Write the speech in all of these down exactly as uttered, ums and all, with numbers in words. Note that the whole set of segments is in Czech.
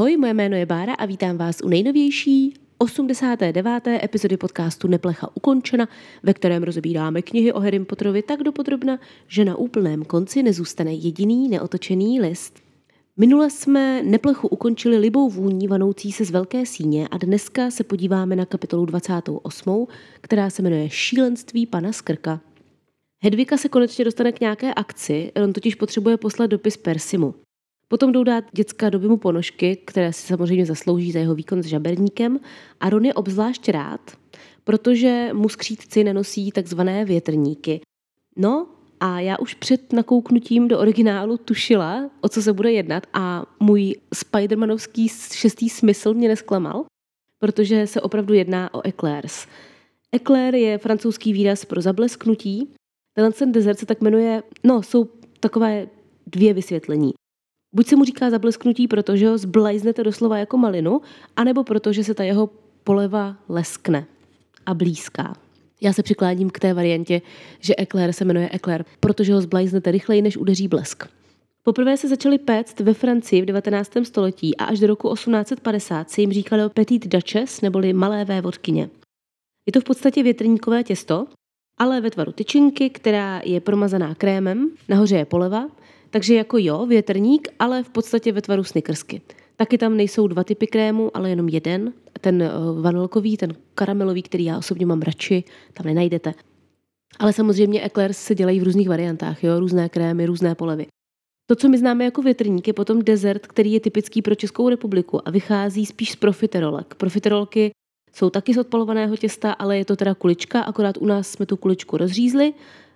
Ahoj, moje jméno je Bára a vítám vás u nejnovější osmdesáté deváté epizody podcastu Neplecha ukončena, ve kterém rozebíráme knihy o Harrym Potterovi tak dopodrobna, že na úplném konci nezůstane jediný neotočený list. Minule jsme Neplechu ukončili libou vůní vanoucí se z velké síně a dneska se podíváme na kapitolu dvacátou osmou, která se jmenuje Šílenství pana Skrka. Hedvika se konečně dostane k nějaké akci, on totiž potřebuje poslat dopis Persimu. Potom jdou dát děcka do Bimu ponožky, které si samozřejmě zaslouží za jeho výkon s žaberníkem, a Ron je obzvlášť rád, protože mu skřítci nenosí takzvané větrníky. No a já už před nakouknutím do originálu tušila, o co se bude jednat, a můj spidermanovský šestý smysl mě nesklamal, protože se opravdu jedná o éclairs. Éclair je francouzský výraz pro zablesknutí. Tenhle ten dezert se tak jmenuje, no jsou takové dvě vysvětlení. Buď se mu říká zablesknutí, protože ho zblajznete doslova jako malinu, anebo protože se ta jeho poleva leskne a blízká. Já se přikláním k té variantě, že éclair se jmenuje éclair, protože ho zblajznete rychleji, než udeří blesk. Poprvé se začali péct ve Francii v devatenáctém století a až do roku osmnáct set padesát se jim říkalo Petite Duchesse neboli malé vévodkyně. Je to v podstatě větrníkové těsto, ale ve tvaru tyčinky, která je promazaná krémem, nahoře je poleva, takže jako jo, větrník, ale v podstatě ve tvaru snickersky. Taky tam nejsou dva typy krému, ale jenom jeden. Ten vanilkový, ten karamelový, který já osobně mám radši, tam nenajdete. Ale samozřejmě éclairs se dělají v různých variantách, jo, různé krémy, různé polevy. To, co my známe jako větrník, je potom dezert, který je typický pro Českou republiku a vychází spíš z profiterolek. Profiterolky jsou taky z odpalovaného těsta, ale je to teda kulička, akorát u nás jsme tu kuličku rozřízli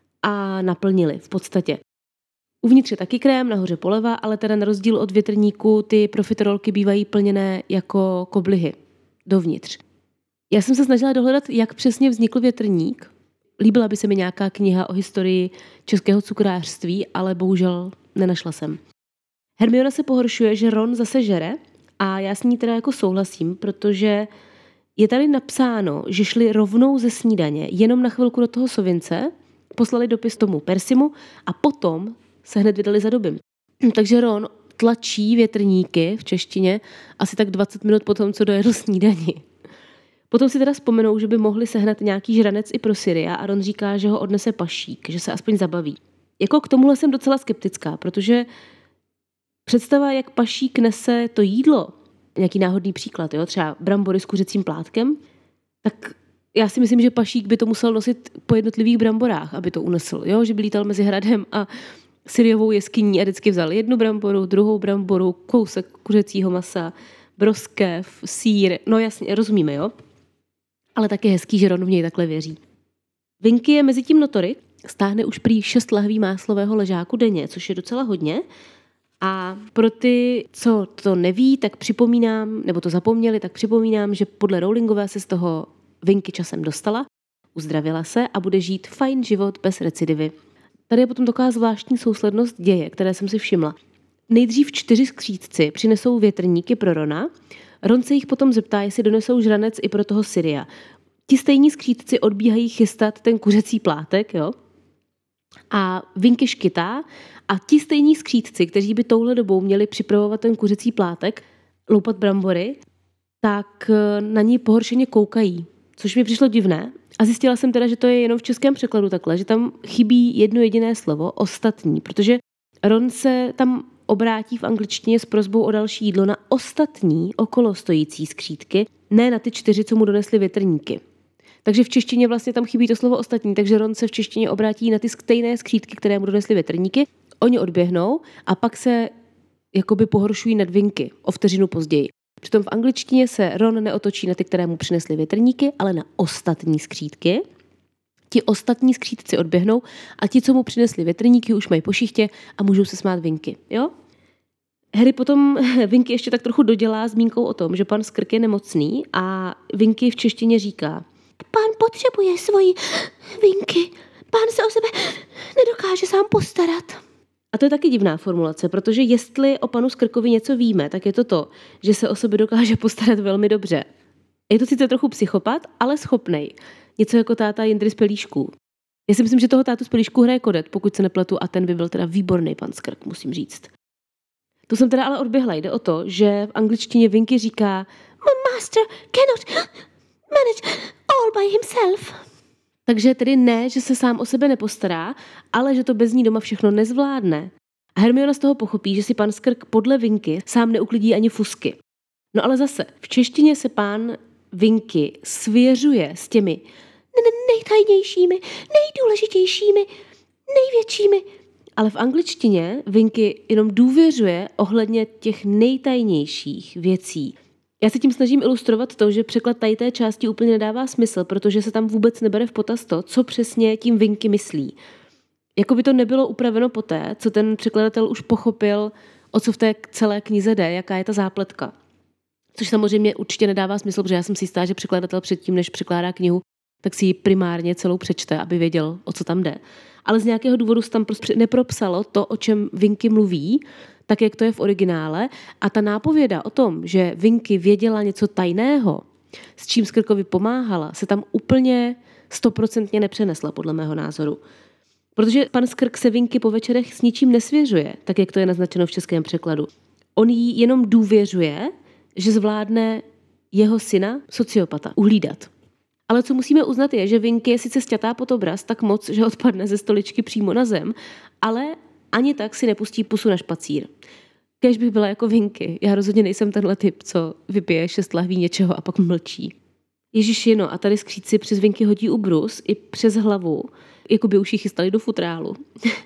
a naplnili v podstatě. Uvnitř je taky krém, nahoře poleva, ale teda na rozdíl od větrníku ty profiterolky bývají plněné jako koblihy dovnitř. Já jsem se snažila dohledat, jak přesně vznikl větrník. Líbila by se mi nějaká kniha o historii českého cukrářství, ale bohužel nenašla jsem. Hermiona se pohoršuje, že Ron zase žere a já s ní teda jako souhlasím, protože je tady napsáno, že šli rovnou ze snídaně, jenom na chvilku do toho sovince, poslali dopis tomu Persimu a potom se hned vydali za Dobym. Takže Ron tlačí větrníky v češtině asi tak dvacet minut potom, co dojedl snídani. Potom si teda vzpomenou, že by mohli sehnat nějaký žranec i pro Syria a Ron říká, že ho odnese pašík, že se aspoň zabaví. Jako k tomuhle jsem docela skeptická, protože představa, jak pašík nese to jídlo, nějaký náhodný příklad, jo, třeba brambory s kuřecím plátkem, tak já si myslím, že pašík by to musel nosit po jednotlivých bramborách, aby to unesl, jo, že by lítal mezi hradem a Syriovou jeskyní a vždycky vzal jednu bramboru, druhou bramboru, kousek kuřecího masa, broskev, sýr, no jasně, rozumíme, jo? Ale tak je hezký, že Ron v něj takhle věří. Vinky je mezi tím notory, stáhne už prý šest lahví máslového ležáku denně, což je docela hodně. A pro ty, co to neví, tak připomínám, nebo to zapomněli, tak připomínám, že podle Rowlingové se z toho Vinky časem dostala, uzdravila se a bude žít fajn život bez recidivy. Tady je potom taková zvláštní souslednost děje, které jsem si všimla. Nejdřív čtyři skřítci přinesou větrníky pro Rona, Ron se jich potom zeptá, jestli donesou žranec i pro toho Syria. Ti stejní skřítci odbíhají chystat ten kuřecí plátek, jo? A Vinky škytá a ti stejní skřítci, kteří by touhle dobou měli připravovat ten kuřecí plátek, loupat brambory, tak na ní pohoršeně koukají, což mi přišlo divné. A zjistila jsem teda, že to je jenom v českém překladu takhle, že tam chybí jedno jediné slovo, ostatní, protože Ron se tam obrátí v angličtině s prosbou o další jídlo na ostatní okolo stojící skřítky, ne na ty čtyři, co mu donesly větrníky. Takže v češtině vlastně tam chybí to slovo ostatní, takže Ron se v češtině obrátí na ty stejné skřítky, které mu donesly větrníky, oni odběhnou a pak se jakoby pohoršují nad Vinky o vteřinu později. Přitom v angličtině se Ron neotočí na ty, které mu přinesly větrníky, ale na ostatní skřítky. Ti ostatní skřítci odběhnou a ti, co mu přinesli větrníky, už mají po šichtě a můžou se smát Vinky. Jo? Harry potom Vinky ještě tak trochu dodělá zmínkou o tom, že pan Skrk je nemocný a Vinky v češtině říká: Pán potřebuje svoji Vinky, pán se o sebe nedokáže sám postarat. A to je taky divná formulace, protože jestli o panu Skrkovi něco víme, tak je to to, že se o sebe dokáže postarat velmi dobře. Je to sice trochu psychopat, ale schopnej. Něco jako táta Jindry z Pelíšků. Já si myslím, že toho tátu z Pelíšků hraje Kodet, pokud se nepletu, a ten by byl teda výborný pan Skrk, musím říct. To jsem teda ale odběhla. Jde o to, že v angličtině Winky říká My master cannot manage all by himself. Takže tedy ne, že se sám o sebe nepostará, ale že to bez ní doma všechno nezvládne. A Hermiona z toho pochopí, že si pan Skrk podle Winky sám neuklidí ani fusky. No ale zase, v češtině se pán Winky svěřuje s těmi nejtajnějšími, nejdůležitějšími, největšími. Ale v angličtině Winky jenom důvěřuje ohledně těch nejtajnějších věcí. Já se tím snažím ilustrovat to, že překlad tady té části úplně nedává smysl, protože se tam vůbec nebere v potaz to, co přesně tím Winky myslí. Jako by to nebylo upraveno poté, co ten překladatel už pochopil, o co v té celé knize jde, jaká je ta zápletka. Což samozřejmě určitě nedává smysl, protože já jsem si jistá, že překladatel předtím, než překládá knihu, tak si ji primárně celou přečte, aby věděl, o co tam jde. Ale z nějakého důvodu se tam prostě nepropsalo to, o čem Winky mluví, tak jak to je v originále. A ta nápověda o tom, že Winky věděla něco tajného, s čím Skrkovi pomáhala, se tam úplně stoprocentně nepřenesla, podle mého názoru. Protože pan Skrk se Winky po večerech s ničím nesvěřuje, tak jak to je naznačeno v českém překladu. On jí jenom důvěřuje, že zvládne jeho syna, sociopata, uhlídat. Ale co musíme uznat je, že Winky je sice sťatá pod obraz tak moc, že odpadne ze stoličky přímo na zem, ale ani tak si nepustí pusu na špacír. Kéž bych byla jako Winky. Já rozhodně nejsem tenhle typ, co vypije šest lahví něčeho a pak mlčí. Ježiši, no a tady skříci přes Winky hodí ubrus i přes hlavu, jako by už ji chystali do futrálu.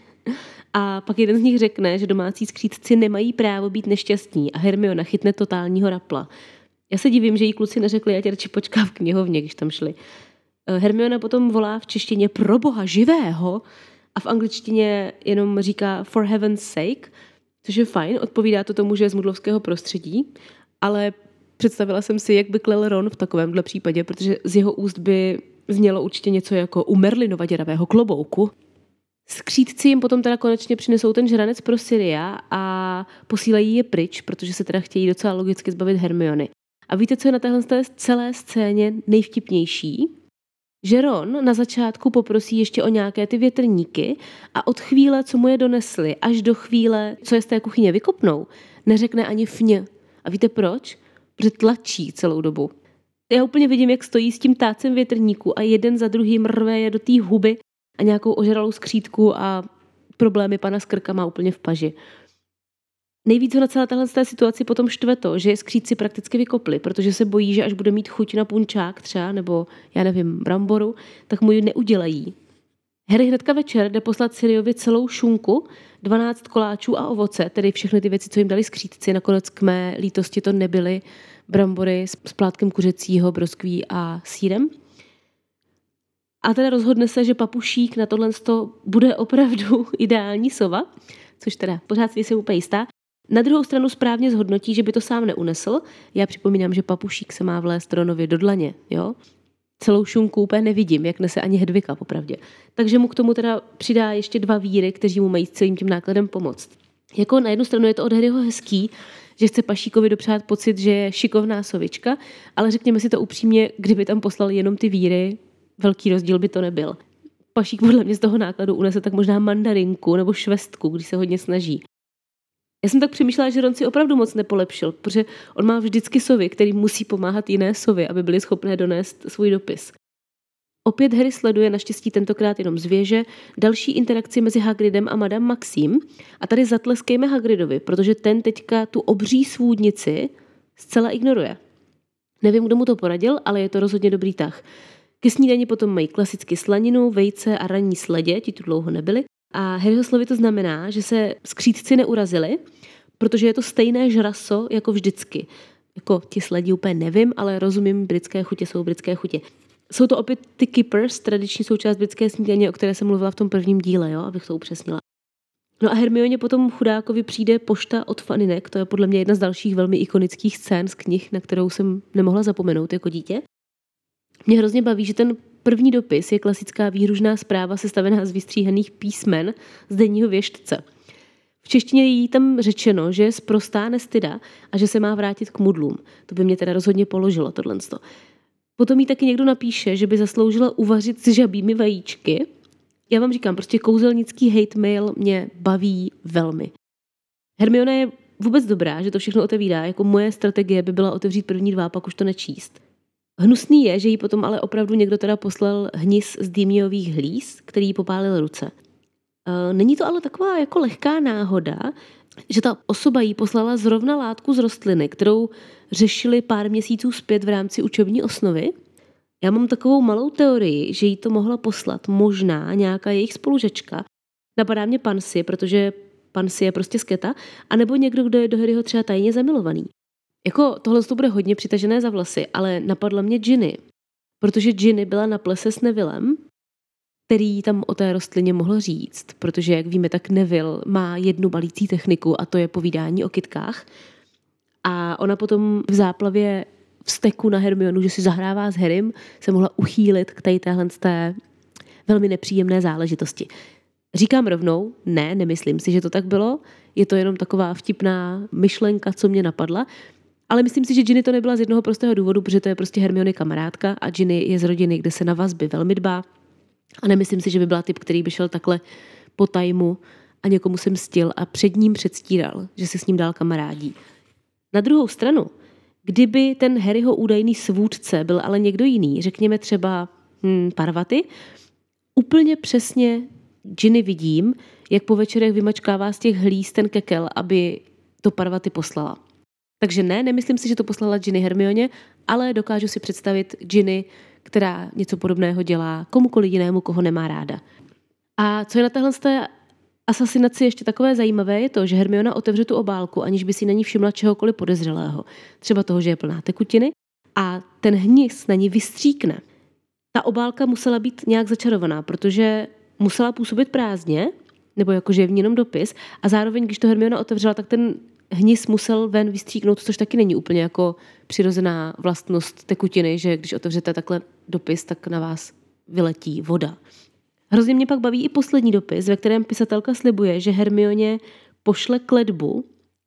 A pak jeden z nich řekne, že domácí skřídci nemají právo být nešťastní a Hermiona chytne totálního rapla. Já se divím, že jí kluci neřekli, ať radši počká v knihovně, když tam šli. Hermiona potom volá v češtině pro boha živého a v angličtině jenom říká for heaven's sake, což je fajn, odpovídá to tomu, že je z mudlovského prostředí, ale představila jsem si, jak by klel Ron v takovémhle případě, protože z jeho úst by znělo určitě něco jako u Merlinova děravého klobouku. Skřídci jim potom teda konečně přinesou ten žranec pro Syria a posílají je pryč, protože se teda chtějí docela logicky zbavit Hermiony. A víte, co je na téhle celé scéně nejvtipnější? Že Ron na začátku poprosí ještě o nějaké ty větrníky a od chvíle, co mu je donesli, až do chvíle, co je z té kuchyně vykopnou, neřekne ani fně. A víte proč? Protože tlačí celou dobu. Já úplně vidím, jak stojí s tím tácem větrníku a jeden za druhým rve je do té huby a nějakou ožralou skřídku a problémy pana Skrka má úplně v paži. Nejvíc ho na celé téhle situaci potom štve to, že je skřídci prakticky vykopli, protože se bojí, že až bude mít chuť na punčák třeba, nebo já nevím, bramboru, tak mu ji neudělají. Harry hnedka večer jde poslat Siriovi celou šunku, dvanáct koláčů a ovoce, tedy všechny ty věci, co jim dali skřídci. Nakonec k mé lítosti to nebyly brambory s plátkem kuřecího, broskví a sýrem. A teda rozhodne se, že papušík na tohle bude opravdu ideální sova, což teda pořád si jsem úplně jistá. Na druhou stranu správně zhodnotí, že by to sám neunesl. Já připomínám, že papušík se má vlézt Ronovi do dlaně, jo? Celou šunku úplně nevidím, jak nese ani Hedvika popravdě. Takže mu k tomu teda přidá ještě dva víry, kteří mu mají s celým tím nákladem pomoct. Jako na jednu stranu je to od Harryho hezký, že chce Pašíkovi dopřát pocit, že je šikovná sovička, ale řekněme si to upřímně, kdyby tam poslali jenom ty víry, velký rozdíl by to nebyl. Pašík podle mě z toho nákladu unese tak možná mandarinku nebo švestku, když se hodně snaží. Já jsem tak přemýšlela, že Ron si opravdu moc nepolepšil, protože on má vždycky sovy, který musí pomáhat jiné sovy, aby byly schopné donést svůj dopis. Opět Harry sleduje naštěstí tentokrát jenom z věže další interakci mezi Hagridem a Madame Maxime a tady zatleskejme Hagridovi, protože ten teďka tu obří svůdnici zcela ignoruje. Nevím, kdo mu to poradil, ale je to rozhodně dobrý tah. Ke snídani potom mají klasicky slaninu, vejce a ranní sledě, ti tu dlouho nebyli. A Harryho slovy to znamená, že se skřídci neurazili, protože je to stejné žraso jako vždycky. Jako ti sledí úplně nevím, ale rozumím, britské chutě jsou britské chutě. Jsou to opět ty kippers, tradiční součást britské snídaně, o které jsem mluvila v tom prvním díle, jo, abych to upřesnila. No a Hermioně potom chudákovi přijde pošta od faninek, to je podle mě jedna z dalších velmi ikonických scén z knih, na kterou jsem nemohla zapomenout jako dítě. Mě hrozně baví, že ten první dopis je klasická výhružná zpráva sestavená z vystříhaných písmen z denního věštce. V češtině je jí tam řečeno, že je sprostá nestyda a že se má vrátit k mudlům. To by mě teda rozhodně položilo tohleto. Potom jí taky někdo napíše, že by zasloužila uvařit s žabími vajíčky. Já vám říkám, prostě kouzelnický hate mail mě baví velmi. Hermiona je vůbec dobrá, že to všechno otevírá. Jako moje strategie by byla otevřít první dva, pak už to nečíst. Hnusný je, že jí potom ale opravdu někdo teda poslal hnis z dýmiových hlíz, který jí popálil ruce. Není to ale taková jako lehká náhoda, že ta osoba jí poslala zrovna látku z rostliny, kterou řešili pár měsíců zpět v rámci učební osnovy. Já mám takovou malou teorii, že jí to mohla poslat možná nějaká jejich spolužačka. Napadá mě Pansy, protože Pansy je prostě sketa, anebo někdo, kdo je do Harryho třeba tajně zamilovaný. Jako tohle to bude hodně přitažené za vlasy, ale napadla mě Ginny, protože Ginny byla na plese s Nevillem, který tam o té rostlině mohl říct, protože, jak víme, tak Neville má jednu balící techniku a to je povídání o kytkách. A ona potom v záplavě vzteku na Hermionu, že si zahrává s Harrym, se mohla uchýlit k tady téhle té velmi nepříjemné záležitosti. Říkám rovnou, ne, nemyslím si, že to tak bylo, je to jenom taková vtipná myšlenka, co mě napadla, ale myslím si, že Ginny to nebyla z jednoho prostého důvodu, protože to je prostě Hermiony kamarádka a Ginny je z rodiny, kde se na vazby velmi dbá. A nemyslím si, že by byla typ, který by šel takhle po tajmu a někomu se mstil a před ním předstíral, že se s ním dál kamarádí. Na druhou stranu, kdyby ten Harryho údajný svůdce byl ale někdo jiný, řekněme třeba hmm, Parvati, úplně přesně Ginny vidím, jak po večerech vymačkává z těch hlíz ten kekel, aby to Parvati poslala. Takže ne, nemyslím si, že to poslala Ginny Hermioně, ale dokážu si představit Ginny, která něco podobného dělá komukoliv jinému, koho nemá ráda. A co je na téhle té asasinaci ještě takové zajímavé, je to, že Hermiona otevře tu obálku, aniž by si na ní všimla čehokoliv podezřelého. Třeba toho, že je plná tekutiny a ten hnis na ní vystříkne. Ta obálka musela být nějak začarovaná, protože musela působit prázdně, nebo jakože je v ní jenom dopis, a zároveň, když to Hermiona otevřela, tak ten hnis musel ven vystříknout, což taky není úplně jako přirozená vlastnost tekutiny, že když otevřete takhle dopis, tak na vás vyletí voda. Hrozně mě pak baví i poslední dopis, ve kterém pisatelka slibuje, že Hermioně pošle kletbu,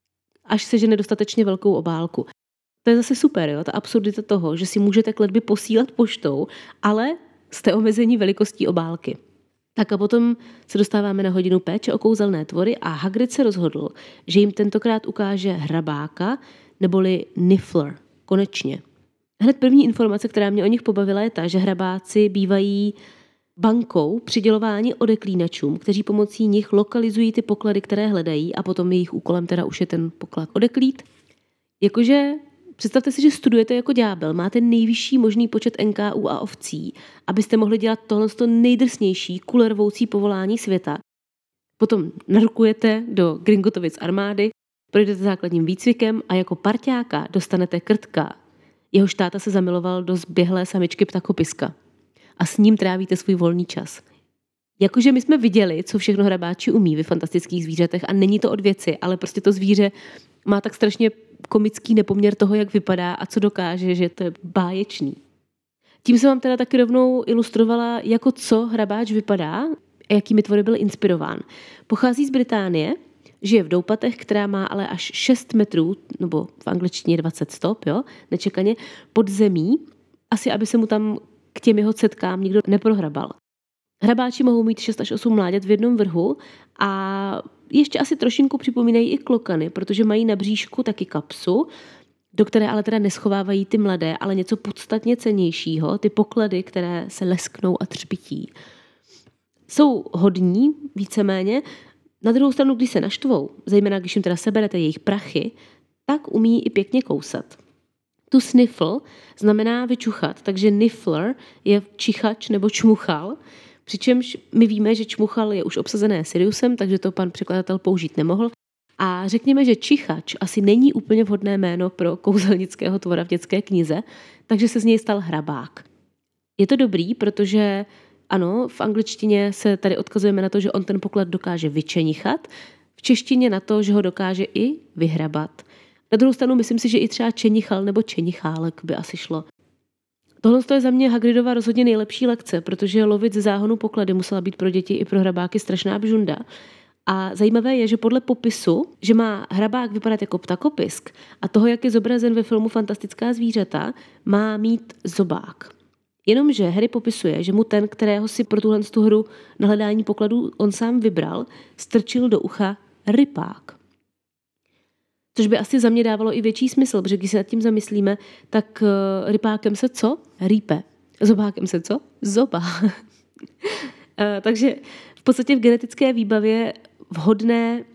až sežene dostatečně velkou obálku. To je zase super, jo? Ta absurdita toho, že si můžete kletby posílat poštou, ale jste omezení velikostí obálky. Tak a potom se dostáváme na hodinu péče o kouzelné tvory a Hagrid se rozhodl, že jim tentokrát ukáže hrabáka, neboli Niffler. Konečně. Hned první informace, která mě o nich pobavila, je ta, že hrabáci bývají bankou přidělování odeklínačům, kteří pomocí nich lokalizují ty poklady, které hledají, a potom jejich úkolem teda už je ten poklad odeklít. Jakože představte si, že studujete jako ďábel, máte nejvyšší možný počet N K U a ovcí, abyste mohli dělat tohle nejdrsnější, kulervoucí povolání světa. Potom narukujete do Gringotovic armády, projdete základním výcvikem a jako parťáka dostanete krtka. Jehož táta se zamiloval do zběhlé samičky ptakopiska. A s ním trávíte svůj volný čas. Jakože my jsme viděli, co všechno hrabáči umí ve fantastických zvířatech a není to od věci, ale prostě to zvíře má tak strašně komický nepoměr toho, jak vypadá a co dokáže, že to je báječný. Tím jsem vám teda taky rovnou ilustrovala, jako co hrabáč vypadá a jakými tvory byl inspirován. Pochází z Británie, žije v Doupatech, která má ale až šest metrů, nebo v angličtině dvacet stop, jo, nečekaně, pod zemí, asi aby se mu tam k těm jeho cetkám nikdo neprohrabal. Hrabáči mohou mít šest až osm mláďat v jednom vrhu a ještě asi trošinku připomínají i klokany, protože mají na bříšku taky kapsu, do které ale teda neschovávají ty mladé, ale něco podstatně cennějšího, ty poklady, které se lesknou a třpití. Jsou hodní, víceméně. Na druhou stranu, když se naštvou, zejména když jim teda seberete jejich prachy, tak umí i pěkně kousat. Tu sniffle znamená vyčuchat, takže niffler je čichač nebo čmuchal, přičemž my víme, že čmuchal je už obsazené Siriusem, takže to pan překladatel použít nemohl. A řekněme, že čichač asi není úplně vhodné jméno pro kouzelnického tvora v dětské knize, takže se z něj stal hrabák. Je to dobrý, protože ano, v angličtině se tady odkazujeme na to, že on ten poklad dokáže vyčenichat, v češtině na to, že ho dokáže i vyhrabat. Na druhou stranu myslím si, že i třeba čenichal nebo čenichálek by asi šlo. Tohle je za mě Hagridova rozhodně nejlepší lekce, protože lovit ze záhonu poklady musela být pro děti i pro hrabáky strašná bžunda. A zajímavé je, že podle popisu, že má hrabák vypadat jako ptakopisk a toho, jak je zobrazen ve filmu Fantastická zvířata, má mít zobák. Jenomže Harry popisuje, že mu ten, kterého si pro tuhle hru na hledání pokladů on sám vybral, strčil do ucha rypák. Což by asi za mě dávalo i větší smysl, protože když se nad tím zamyslíme, tak rypákem se co? Rýpe. Zobákem se co? Zoba. Takže v podstatě v genetické výbavě vhodné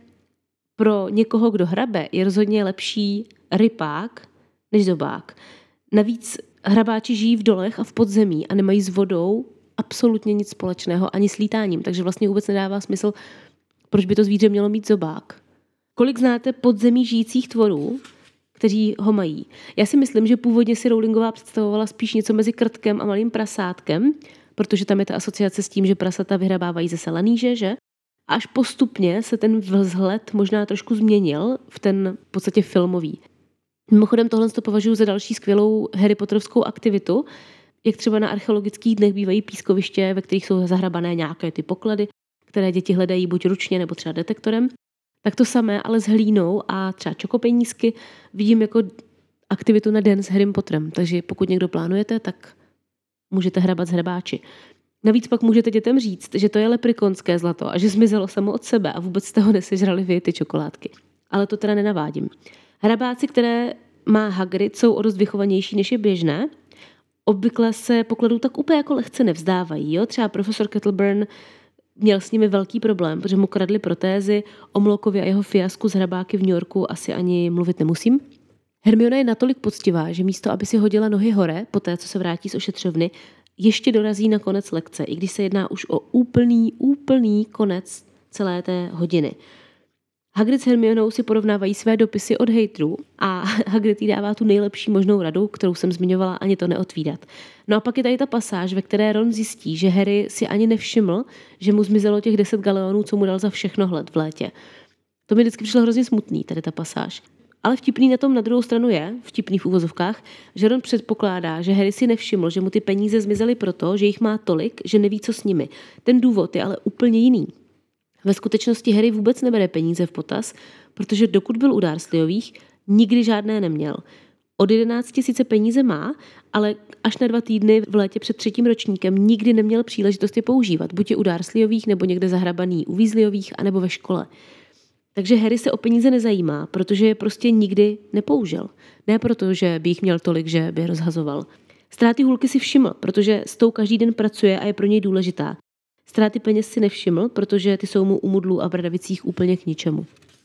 pro někoho, kdo hrabe, je rozhodně lepší rypák než zobák. Navíc hrabáči žijí v dolech a v podzemí a nemají s vodou absolutně nic společného ani s lítáním, takže vlastně vůbec nedává smysl, proč by to zvíře mělo mít zobák. Kolik znáte podzemí žijících tvorů, kteří ho mají? Já si myslím, že původně si Rowlingová představovala spíš něco mezi krtkem a malým prasátkem, protože tam je ta asociace s tím, že prasata vyhrabávají ze selaníže, že? Až postupně se ten vzhled možná trošku změnil v ten v podstatě filmový. Mimochodem tohle to považuji za další skvělou Harry Potterovskou aktivitu, jak třeba na archeologických dnech bývají pískoviště, ve kterých jsou zahrabané nějaké ty poklady, které děti hledají buď ručně nebo třeba detektorem. Tak to samé, ale s hlínou a třeba čokopenísky vidím jako aktivitu na den s Harrym Potterem. Takže pokud někdo plánujete, tak můžete hrabat s hrabáči. Navíc pak můžete dětem říct, že to je leprekonské zlato a že zmizelo samo od sebe a vůbec jste ho nesežrali vy, ty čokoládky. Ale to teda nenavádím. Hrabáci, které má Hagrid, jsou o dost vychovanější, než je běžné. Obvykle se pokladů tak úplně jako lehce nevzdávají. Jo? Třeba profesor Kettleburn měl s nimi velký problém, protože mu kradli protézy, o Mlockovi a jeho fiasku z hrabáky v New Yorku asi ani mluvit nemusím. Hermiona je natolik poctivá, že místo, aby si hodila nohy hore, poté, co se vrátí z ošetřovny, ještě dorazí na konec lekce, i když se jedná už o úplný, úplný konec celé té hodiny. Hagrid s Hermionou si porovnávají své dopisy od hejtrů a Hagrid jí dává tu nejlepší možnou radu, kterou jsem zmiňovala, ani to neotvírat. No a pak je tady ta pasáž, ve které Ron zjistí, že Harry si ani nevšiml, že mu zmizelo těch deset galeonů, co mu dal za všechno hled v létě. To mi vždycky přišlo hrozně smutný, tady ta pasáž. Ale vtipný na tom na druhou stranu je, vtipný v uvozovkách, že Ron předpokládá, že Harry si nevšiml, že mu ty peníze zmizely proto, že jich má tolik, že neví, co s nimi. Ten důvod je ale úplně jiný. Ve skutečnosti Harry vůbec nebere peníze v potaz, protože dokud byl u Dursleyových, nikdy žádné neměl. Od jedenácti sice peníze má, ale až na dva týdny v létě před třetím ročníkem nikdy neměl příležitost je používat, buď je u Dursleyových, nebo někde zahrabaný u Weasleyových, anebo ve škole. Takže Harry se o peníze nezajímá, protože je prostě nikdy nepoužil. Ne proto, že by jich měl tolik, že by je rozhazoval. Ztráty hůlky si všiml, protože s tou každý den pracuje a je pro něj důležitá. Ztráty peněz si nevšiml, protože ty jsou mu u mudlu a bradavicích úplně k ničemu.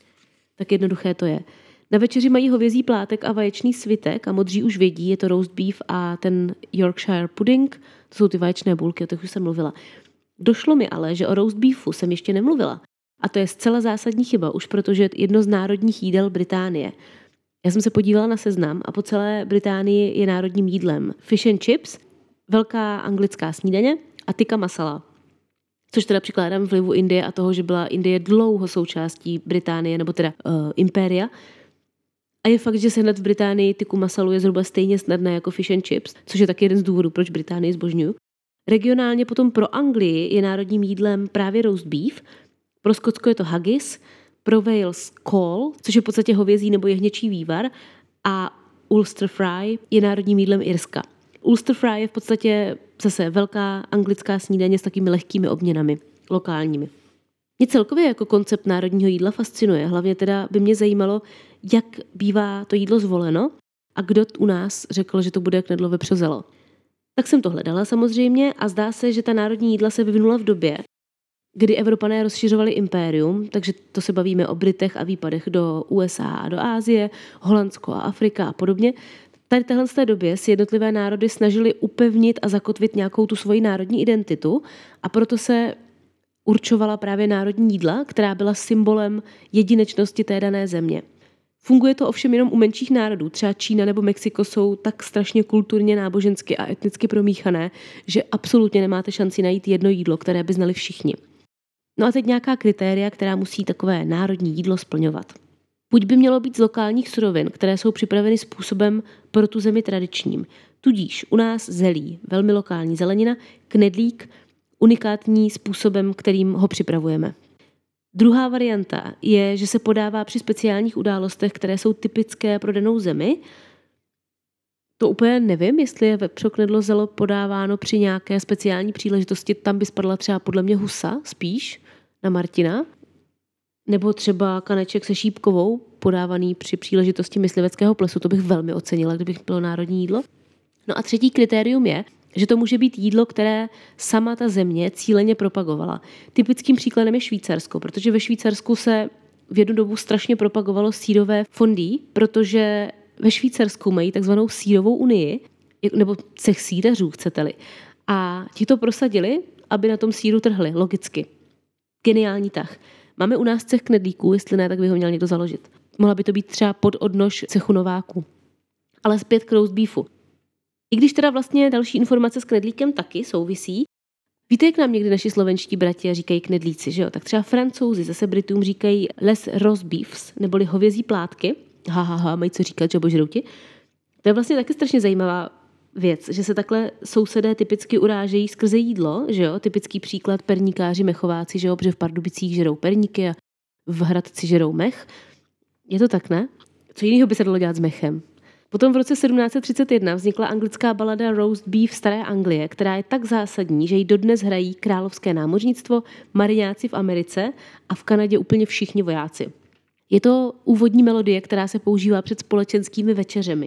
Tak jednoduché to je. Na večeři mají hovězí plátek a vaječný svitek a modří už vědí, je to roast beef a ten Yorkshire pudding, to jsou ty vaječné bulky, o těch už jsem mluvila. Došlo mi ale, že o roast beefu jsem ještě nemluvila. A to je zcela zásadní chyba, už protože jedno z národních jídel Británie. Já jsem se podívala na seznam a po celé Británii je národním jídlem fish and chips, velká anglická snídaně a tikka masala. Což teda přikládám vlivu Indie a toho, že byla Indie dlouho součástí Británie, nebo teda uh, impéria. A je fakt, že sehnat v Británii tikku masalu je zhruba stejně snadné jako fish and chips, což je taky jeden z důvodů, proč Británii zbožňuju. Regionálně potom pro Anglii je národním jídlem právě roast beef, pro Skotsko je to haggis, pro Wales caul, což je v podstatě hovězí nebo jehněčí vývar, a Ulster fry je národním jídlem Irska. Ulster fry je v podstatě zase velká anglická snídaně s takými lehkými obměnami, lokálními. Mě celkově jako koncept národního jídla fascinuje, hlavně teda by mě zajímalo, jak bývá to jídlo zvoleno a kdo u nás řekl, že to bude knedlo vepřozelo. Tak jsem to hledala samozřejmě a zdá se, že ta národní jídla se vyvinula v době, kdy Evropané rozšiřovali impérium, takže to se bavíme o Britech a výpadech do U S A a do Asie, Holandsko a Afrika a podobně. Tady téhle z té době si jednotlivé národy snažili upevnit a zakotvit nějakou tu svoji národní identitu a proto se určovala právě národní jídla, která byla symbolem jedinečnosti té dané země. Funguje to ovšem jenom u menších národů, třeba Čína nebo Mexiko jsou tak strašně kulturně, nábožensky a etnicky promíchané, že absolutně nemáte šanci najít jedno jídlo, které by znali všichni. No a teď nějaká kritéria, která musí takové národní jídlo splňovat. Buď by mělo být z lokálních surovin, které jsou připraveny způsobem pro tu zemi tradičním. Tudíž u nás zelí, velmi lokální zelenina, knedlík, unikátní způsobem, kterým ho připravujeme. Druhá varianta je, že se podává při speciálních událostech, které jsou typické pro danou zemi. To úplně nevím, jestli je vepřoknedlo zelo podáváno při nějaké speciální příležitosti, tam by spadla třeba podle mě husa, spíš, na Martina. Nebo třeba kaneček se šípkovou, podávaný při příležitosti mysliveckého plesu, to bych velmi ocenila, kdybych bylo národní jídlo. No a třetí kritérium je, že to může být jídlo, které sama ta země cíleně propagovala. Typickým příkladem je Švýcarsko, protože ve Švýcarsku se v jednu dobu strašně propagovalo sýrové fondue, protože ve Švýcarsku mají takzvanou sýrovou unii, nebo cech sýrařů, chcete-li. A ti to prosadili, aby na tom sýru trhli, logicky. Geniální tah. Máme u nás cech knedlíků, jestli ne, tak by ho měl někdo založit. Mohla by to být třeba pod odnož cechu Nováků. Ale zpět k roast beefu. I když teda vlastně další informace s knedlíkem taky souvisí, víte, jak nám někdy naši slovenští bratě říkají knedlíci, že jo? Tak třeba Francouzi zase Britům říkají les roast beefs, neboli hovězí plátky. Ha, ha, ha, mají co říkat, že božrouti. To je vlastně taky strašně zajímavá věc, že se takhle sousedé typicky urážejí skrze jídlo, že jo? Typický příklad perníkáři, mechováci, že jo? Protože v Pardubicích žerou perníky a v Hradci žerou mech. Je to tak, ne? Co jiného by se dalo dělat s mechem? Potom v roce sedmnáct set třicet jedna vznikla anglická balada Roast Beef Staré Anglie, která je tak zásadní, že ji dodnes hrají královské námořnictvo, mariňáci v Americe a v Kanadě úplně všichni vojáci. Je to úvodní melodie, která se používá před společenskými večeřemi.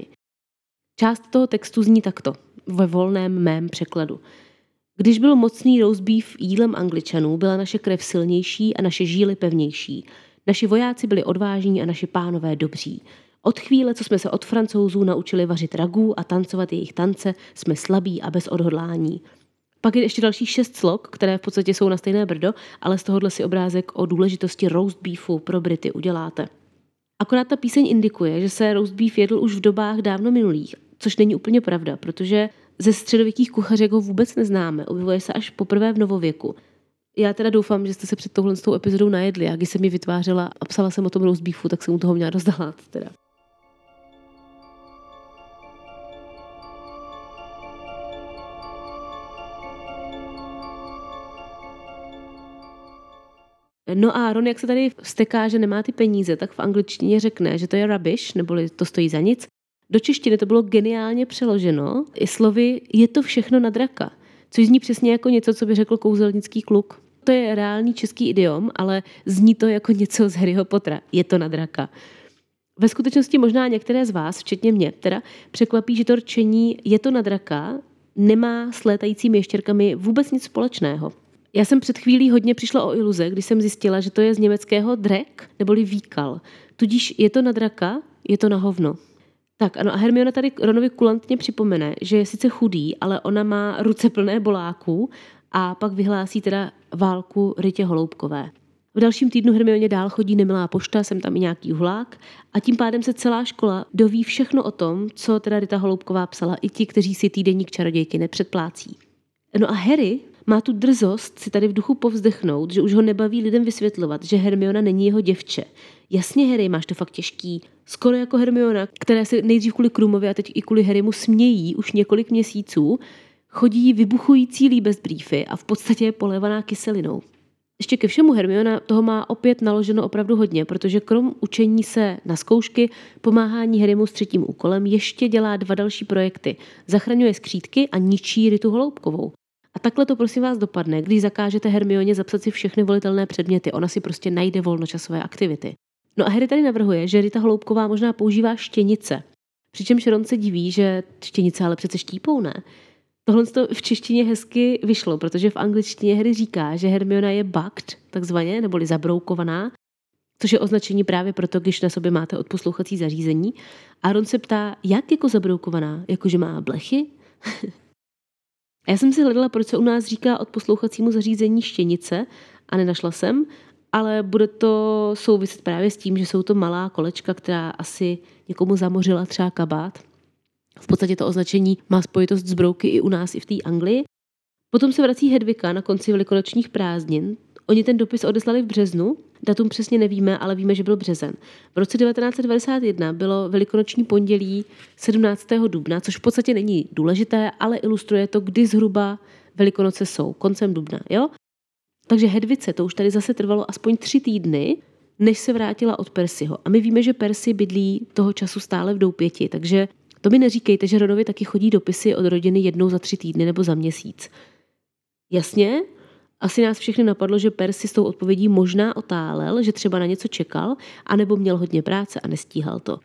Část toho textu zní takto, ve volném mém překladu. Když byl mocný roast beef jídlem Angličanů, byla naše krev silnější a naše žíly pevnější. Naši vojáci byli odvážní a naši pánové dobří. Od chvíle, co jsme se od Francouzů naučili vařit ragů a tancovat jejich tance, jsme slabí a bez odhodlání. Pak je ještě další šest slok, které v podstatě jsou na stejné brdo, ale z tohohle si obrázek o důležitosti roast beefu pro Brity uděláte. Akorát ta píseň indikuje, že se roast beef jedl už v dobách dávno minulých, což není úplně pravda, protože ze středověkých kuchařek ho vůbec neznáme, objevuje se až poprvé v novověku. Já teda doufám, že jste se před touhle epizodou najedli a když jsem ji vytvářela a psala jsem o tom roast beefu, tak jsem u toho měla dost hlad teda. No a Ron, jak se tady vzteká, že nemá ty peníze, tak v angličtině řekne, že to je rubbish, neboli to stojí za nic. Do češtiny to bylo geniálně přeloženo i slovy je to všechno na draka, což zní přesně jako něco, co by řekl kouzelnický kluk. To je reálný český idiom, ale zní to jako něco z Harryho Pottera. Je to na draka. Ve skutečnosti možná některé z vás, včetně mě, teda překvapí, že to rčení je to na draka nemá s létajícími ještěrkami vůbec nic společného. Já jsem před chvílí hodně přišla o iluze, když jsem zjistila, že to je z německého drek, neboli výkal. Tudíž je to na draka, je to na hovno. Tak ano, a Hermiona tady Ronovi kulantně připomene, že je sice chudý, ale ona má ruce plné boláků a pak vyhlásí teda válku Rytě Holoubkové. V dalším týdnu Hermioně dál chodí nemilá pošta, sem tam i nějaký hulák a tím pádem se celá škola doví všechno o tom, co teda Rita Holoubková psala, i ti, kteří si týdeník čarodějky nepředplácí. No a Harry má tu drzost si tady v duchu povzdechnout, že už ho nebaví lidem vysvětlovat, že Hermiona není jeho děvče. Jasně, Harry, máš to fakt těžký. Skoro jako Hermiona, která se nejdřív kvůli Krumovi a teď i kvůli Harrymu smějí už několik měsíců, chodí vybuchující líbezbriefy a v podstatě je polévaná kyselinou. Ještě ke všemu Hermiona toho má opět naloženo opravdu hodně, protože krom učení se na zkoušky, pomáhání Harrymu s třetím úkolem, ještě dělá dva další projekty. Zachraňuje skřítky a ničí Ritu Holoubkovou. A takhle to prosím vás dopadne, když zakážete Hermioně zapsat si všechny volitelné předměty. Ona si prostě najde volnočasové aktivity. No a Harry tady navrhuje, že Rita Holoubková možná používá štěnice. Přičemž Ron se diví, že štěnice ale přece štípou, ne? Tohle to v češtině hezky vyšlo, protože v angličtině Harry říká, že Hermiona je bugged, takzvaně, neboli zabroukovaná, což je označení právě proto, když na sobě máte odposlouchací zařízení. A Ron se ptá, jak jako zabroukovaná? Jakože má blechy? A já jsem si hledala, proč se u nás říká odposlouchacímu zařízení štěnice a nenašla jsem, ale bude to souviset právě s tím, že jsou to malá kolečka, která asi někomu zamořila třeba kabát. V podstatě to označení má spojitost s brouky i u nás, i v té Anglii. Potom se vrací Hedvika na konci velikonočních prázdnin. Oni ten dopis odeslali v březnu, datum přesně nevíme, ale víme, že byl březen. V roce devatenáct set devadesát jedna bylo velikonoční pondělí sedmnáctého dubna, což v podstatě není důležité, ale ilustruje to, kdy zhruba Velikonoce jsou, koncem dubna, jo? Takže Hedvice to už tady zase trvalo aspoň tři týdny, než se vrátila od Percyho. A my víme, že Percy bydlí toho času stále v Doupěti, takže to mi neříkejte, že Ronovi taky chodí dopisy od rodiny jednou za tři týdny nebo za měsíc. Jasně, Asi nás všechny napadlo, že Percy s tou odpovědí možná otálel, že třeba na něco čekal, anebo měl hodně práce a nestíhal to.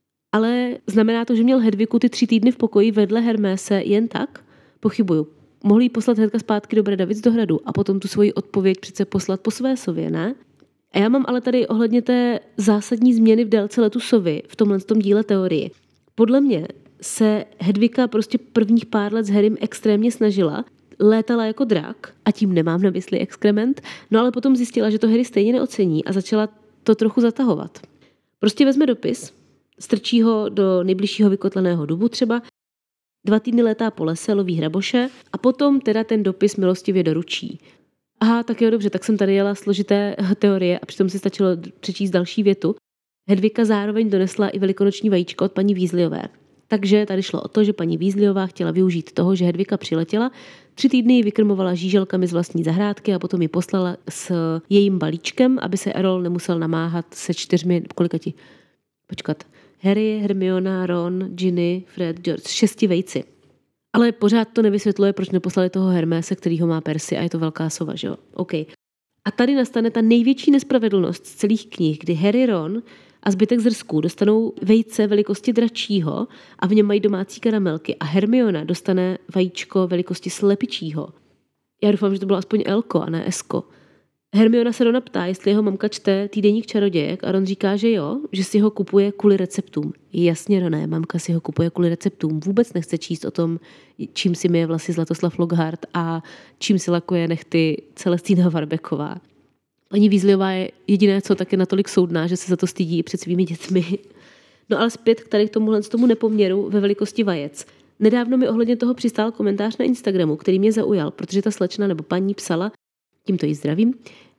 Ale znamená to, že měl Hedvigu ty tři týdny v pokoji vedle Hermése jen tak? Pochybuju. Mohli jí poslat hnedka zpátky do Bredavic do hradu a potom tu svoji odpověď přece poslat po své sově, ne? A já mám ale tady ohledně té zásadní změny v délce letu sovy v tomhle tom díle teorii. Podle mě se Hedvika prostě prvních pár let s Harrym extrémně snažila, létala jako drak, a tím nemám na mysli exkrement, no ale potom zjistila, že to Harry stejně neocení a začala to trochu zatahovat. Prostě vezme dopis, strčí ho do nejbližšího vykotleného dubu třeba, dva týdny létá po lese, loví hraboše a potom teda ten dopis milostivě doručí. Aha, tak jo, dobře, tak jsem tady jela složité teorie a přitom si stačilo přečíst další větu. Hedvika zároveň donesla i velikonoční vajíčko od paní Weasleyové. Takže tady šlo o to, že paní Weasleyová chtěla využít toho, že Hedvika přiletěla, tři týdny ji vykrmovala žíželkami z vlastní zahrádky a potom ji poslala s jejím balíčkem, aby se Errol nemusel namáhat se čtyřmi, kolika ti? Počkat. Harry, Hermiona, Ron, Ginny, Fred, George, šesti vejci. Ale pořád to nevysvětluje, proč neposlali toho Hermése, který ho má Percy a je to velká sova, že jo? OK. A tady nastane ta největší nespravedlnost z celých knih, kdy Harry, Ron a zbytek zrsků dostanou vejce velikosti dračího a v něm mají domácí karamelky a Hermiona dostane vajíčko velikosti slepičího. Já doufám, že to bylo aspoň Elko a ne Esko. Hermiona se Rona ptá, jestli jeho mamka čte týdeník čarodějek a Ron říká, že jo, že si ho kupuje kvůli receptům. Jasně, Roné, mamka si ho kupuje kvůli receptům. Vůbec nechce číst o tom, čím si myje vlasy Zlatoslav Lockhart a čím si lakuje nechty Celestína Warbecková. Paní Weasleyová je jediné, co tak je natolik soudná, že se za to stydí i před svými dětmi. No ale zpět k tady k tomuhle tomu nepoměru ve velikosti vajec. Nedávno mi ohledně toho přistál komentář na Instagramu, který mě zaujal, protože ta slečna nebo paní psala, tímto jí zdravím,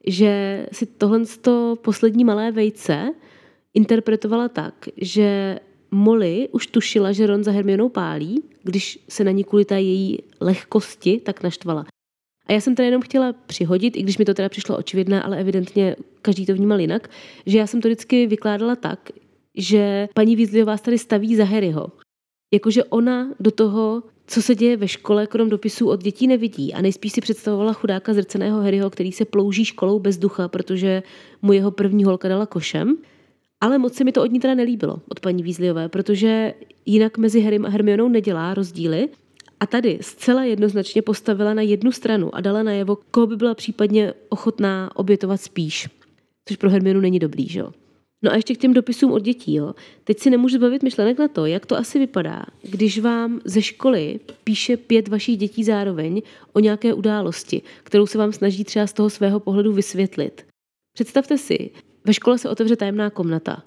že si tohle poslední malé vejce interpretovala tak, že Molly už tušila, že Ron za Hermionou pálí, když se na ní kvůli té její lehkosti tak naštvala. A já jsem teda jenom chtěla přihodit, i když mi to teda přišlo očividné, ale evidentně každý to vnímal jinak, že já jsem to vždycky vykládala tak, že paní Weasleyová tady staví za Harryho. Jakože ona do toho, co se děje ve škole, krom dopisů od dětí nevidí a nejspíš si představovala chudáka zrceného Harryho, který se plouží školou bez ducha, protože mu jeho první holka dala košem. Ale moc se mi to od ní teda nelíbilo, od paní Weasleyové, protože jinak mezi Harrym a Hermionou nedělá rozdíly a tady zcela jednoznačně postavila na jednu stranu a dala najevo, koho by byla případně ochotná obětovat spíš. Což pro Hermionu není dobrý, že jo? No a ještě k těm dopisům od dětí, jo. Teď si nemůžu zbavit myšlenek na to, jak to asi vypadá, když vám ze školy píše pět vašich dětí zároveň o nějaké události, kterou se vám snaží třeba z toho svého pohledu vysvětlit. Představte si, ve škole se otevře tajemná komnata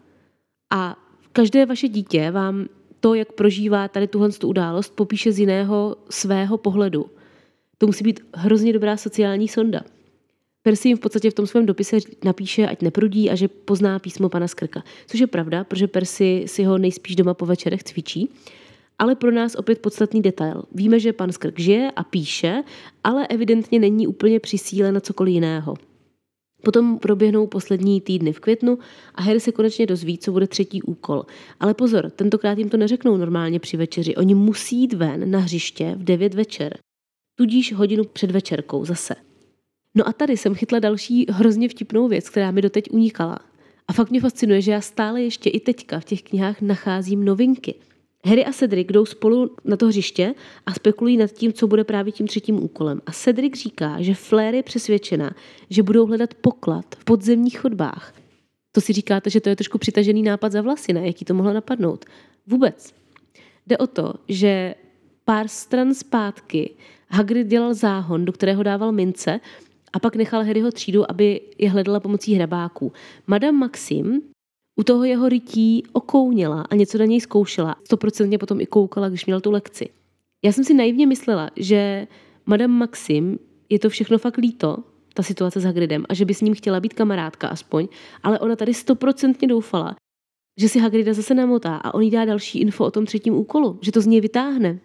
a každé vaše dítě vám to, jak prožívá tady tuhle událost, popíše z jiného svého pohledu. To musí být hrozně dobrá sociální sonda. Percy jim v podstatě v tom svém dopise napíše, ať neprudí a že pozná písmo pana Skrka. Což je pravda, protože Percy si ho nejspíš doma po večerech cvičí. Ale pro nás opět podstatný detail. Víme, že pan Skrk žije a píše, ale evidentně není úplně při síle na cokoliv jiného. Potom proběhnou poslední týdny v květnu a Harry se konečně dozví, co bude třetí úkol. Ale pozor, tentokrát jim to neřeknou normálně při večeři. Oni musí jít ven na hřiště v devět večer. Tudíž hodinu před večerkou zase. No a tady jsem chytla další hrozně vtipnou věc, která mi doteď unikala. A fakt mě fascinuje, že já stále ještě i teďka v těch knihách nacházím novinky. Harry a Cedric jdou spolu na to hřiště a spekulují nad tím, co bude právě tím třetím úkolem. A Cedric říká, že Fleur je přesvědčena, že budou hledat poklad v podzemních chodbách. To si říkáte, že to je trošku přitažený nápad za vlasy, ne? Jaký to mohlo napadnout? Vůbec. Jde o to, že pár stran zpátky Hagrid dělal záhon, do kterého dával mince a pak nechal Harryho třídu, aby je hledala pomocí hrabáků. Madame Maxim u toho jeho rytí okouněla a něco na něj zkoušela. Stoprocentně potom i koukala, když měl tu lekci. Já jsem si naivně myslela, že Madame Maxim je to všechno fakt líto, ta situace s Hagridem, a že by s ním chtěla být kamarádka aspoň, ale ona tady stoprocentně doufala, že si Hagrida zase namotá a on jí dá další info o tom třetím úkolu, že to z něj vytáhne.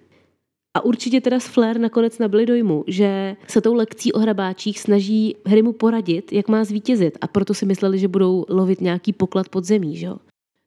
A určitě teda s Fleur nakonec nabili dojmu, že se tou lekcí o hrabáčích snaží Harrymu poradit, jak má zvítězit, a proto si mysleli, že budou lovit nějaký poklad pod zemí, že jo.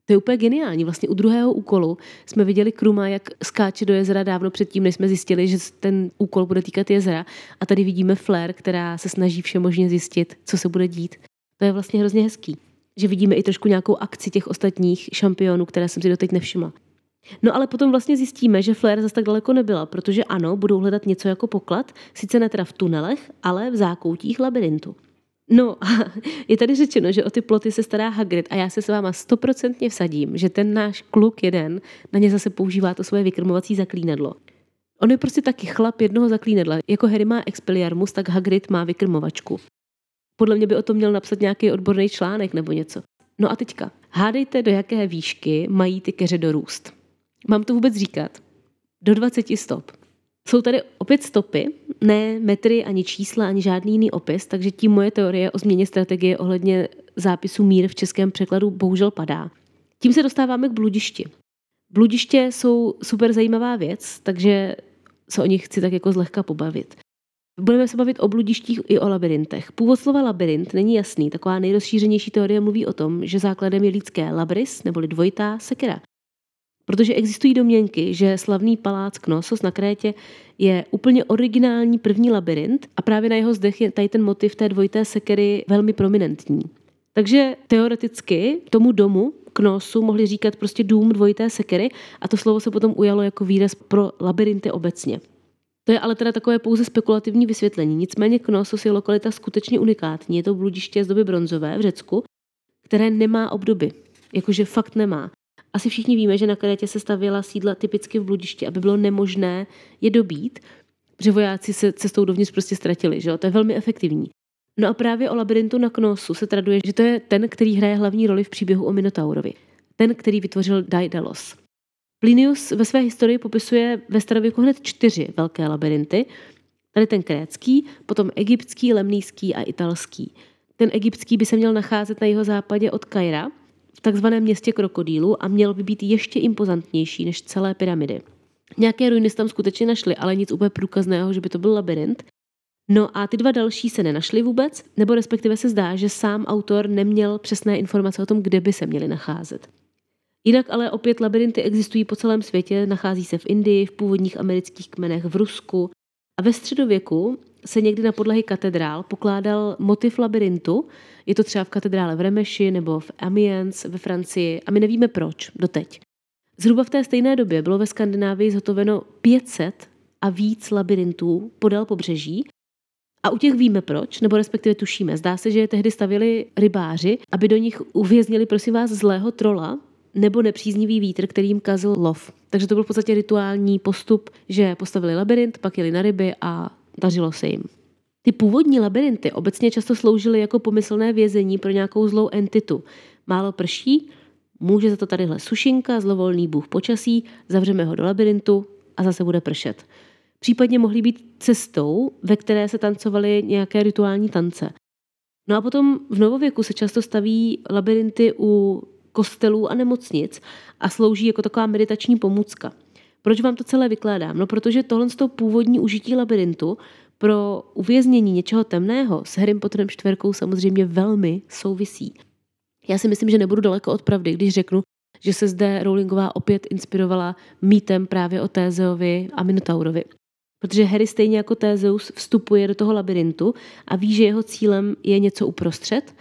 To je úplně geniální. Vlastně u druhého úkolu jsme viděli Kruma, jak skáče do jezera dávno předtím, než jsme zjistili, že ten úkol bude týkat jezera. A tady vidíme Flair, která se snaží všemožně zjistit, co se bude dít. To je vlastně hrozně hezký. Že vidíme i trošku nějakou akci těch ostatních šampionů, které jsem si doteď nevšimla. No ale potom vlastně zjistíme, že Flair zase tak daleko nebyla, protože ano, budou hledat něco jako poklad, sice ne teda v tunelech, ale v zákoutích labirintu. No a je tady řečeno, že o ty ploty se stará Hagrid a já se s váma stoprocentně vsadím, že ten náš kluk jeden na ně zase používá to svoje vykrmovací zaklínadlo. On je prostě taky chlap jednoho zaklínadla. Jako Harry má Expelliarmus, tak Hagrid má vykrmovačku. Podle mě by o tom měl napsat nějaký odborný článek nebo něco. No a teďka, hádejte, do jaké výšky mají ty keře dorůst. Mám to vůbec říkat? Do dvacet stop. Jsou tady opět stopy, ne metry, ani čísla, ani žádný jiný opis, takže tím moje teorie o změně strategie ohledně zápisu mír v českém překladu bohužel padá. Tím se dostáváme k bludišti. Bludiště jsou super zajímavá věc, takže se o nich chci tak jako zlehka pobavit. Budeme se bavit o bludištích i o labirintech. Původ slova labirint není jasný, taková nejrozšířenější teorie mluví o tom, že základem je lidské labris, neboli dvojitá sekera. Protože existují domněnky, že slavný palác Knossos na Krétě je úplně originální první labirint a právě na jeho zdech je tady ten motiv té dvojité sekery velmi prominentní. Takže teoreticky tomu domu Knossu mohli říkat prostě dům dvojité sekery a to slovo se potom ujalo jako výraz pro labirinty obecně. To je ale teda takové pouze spekulativní vysvětlení. Nicméně Knossos je lokalita skutečně unikátní. Je to bludiště z doby bronzové v Řecku, které nemá obdoby. Jakože fakt nemá. Asi všichni víme, že na Krétě se stavěla sídla typicky v bludišti, aby bylo nemožné je dobít, protože vojáci se cestou dovnitř prostě ztratili. Že jo? To je velmi efektivní. No a právě o labirintu na Knossu se traduje, že to je ten, který hraje hlavní roli v příběhu o Minotaurovi. Ten, který vytvořil Daedalus. Plinius ve své historii popisuje ve starověku hned čtyři velké labirinty. Tady ten krétský, potom egyptský, lemnýský a italský. Ten egyptský by se měl nacházet na jihozápadě od Kaira, v takzvaném městě krokodýlů a měl by být ještě impozantnější než celé pyramidy. Nějaké ruiny se tam skutečně našly, ale nic úplně průkazného, že by to byl labirint. No a ty dva další se nenašly vůbec, nebo respektive se zdá, že sám autor neměl přesné informace o tom, kde by se měly nacházet. Jinak ale opět labirinty existují po celém světě, nachází se v Indii, v původních amerických kmenech, v Rusku a ve středověku se někdy na podlahy katedrál pokládal motiv labirintu. Je to třeba v katedrále v Remeši nebo v Amiens ve Francii a my nevíme proč doteď. Zhruba v té stejné době bylo ve Skandinávii zhotoveno pět set a víc labirintů podél pobřeží a u těch víme proč, nebo respektive tušíme. Zdá se, že je tehdy stavěli rybáři, aby do nich uvěznili, prosím vás, zlého trola nebo nepříznivý vítr, který jim kazil lov. Takže to byl v podstatě rituální postup, že postavili labirint, pak jeli na ryby a dařilo se jim. Ty původní labirinty obecně často sloužily jako pomyslné vězení pro nějakou zlou entitu. Málo prší, může za to tadyhle sušinka, zlovolný bůh počasí, zavřeme ho do labirintu a zase bude pršet. Případně mohly být cestou, ve které se tancovaly nějaké rituální tance. No a potom v novověku se často staví labirinty u kostelů a nemocnic a slouží jako taková meditační pomůcka. Proč vám to celé vykládám? No protože tohle z toho původní užití labirintu pro uvěznění něčeho temného s Harrym Potterem čtverkou samozřejmě velmi souvisí. Já si myslím, že nebudu daleko od pravdy, když řeknu, že se zde Rowlingová opět inspirovala mýtem právě o Tézeovi a Minotaurovi. Protože Harry stejně jako Tézeus vstupuje do toho labirintu a ví, že jeho cílem je něco uprostřed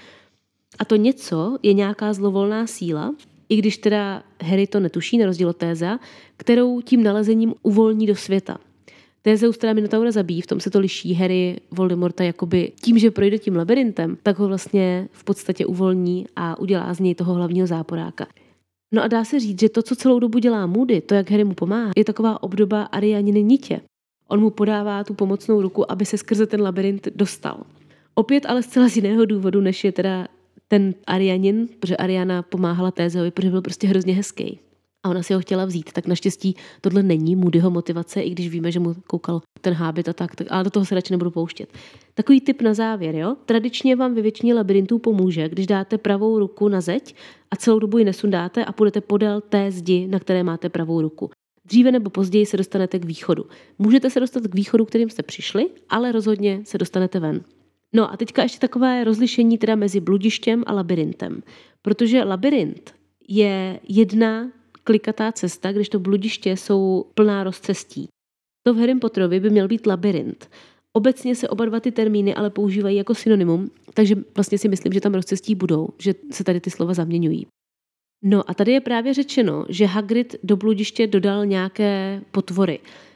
a to něco je nějaká zlovolná síla, i když teda Harry to netuší, na rozdíl od Tézea, kterou tím nalezením uvolní do světa. Tézeus teda Minotaura zabíjí, v tom se to liší. Harry Voldemorta jakoby tím, že projde tím labirintem, tak ho vlastně v podstatě uvolní a udělá z něj toho hlavního záporáka. No a dá se říct, že to, co celou dobu dělá Moody, to, jak Harry mu pomáhá, je taková obdoba Arianiny nitě. On mu podává tu pomocnou ruku, aby se skrze ten labirint dostal. Opět ale zcela z jiného důvodu, než je teda ten Arianin, protože Ariana pomáhala Tézeovi, protože byl prostě hrozně hezký. A ona si ho chtěla vzít, tak naštěstí tohle není Moodyho motivace, i když víme, že mu koukal ten hábit a tak, tak, ale do toho se radši nebudu pouštět. Takový tip na závěr, jo? Tradičně vám ve většině labirintů pomůže, když dáte pravou ruku na zeď a celou dobu ji nesundáte a půjdete podél té zdi, na které máte pravou ruku. Dříve nebo později se dostanete k východu. Můžete se dostat k východu, kterým jste přišli, ale rozhodně se dostanete ven. No a teďka ještě takové rozlišení teda mezi bludištěm a labirintem. Protože labirint je jedna klikatá cesta, když to bludiště jsou plná rozcestí. To v Harrym Potterovi by měl být labyrint. Obecně se oba dva ty termíny ale používají jako synonymum, takže vlastně si myslím, že tam rozcestí budou, že se tady ty slova zaměňují. No a tady je právě řečeno, že Hagrid do bludiště dodal nějaké potvory.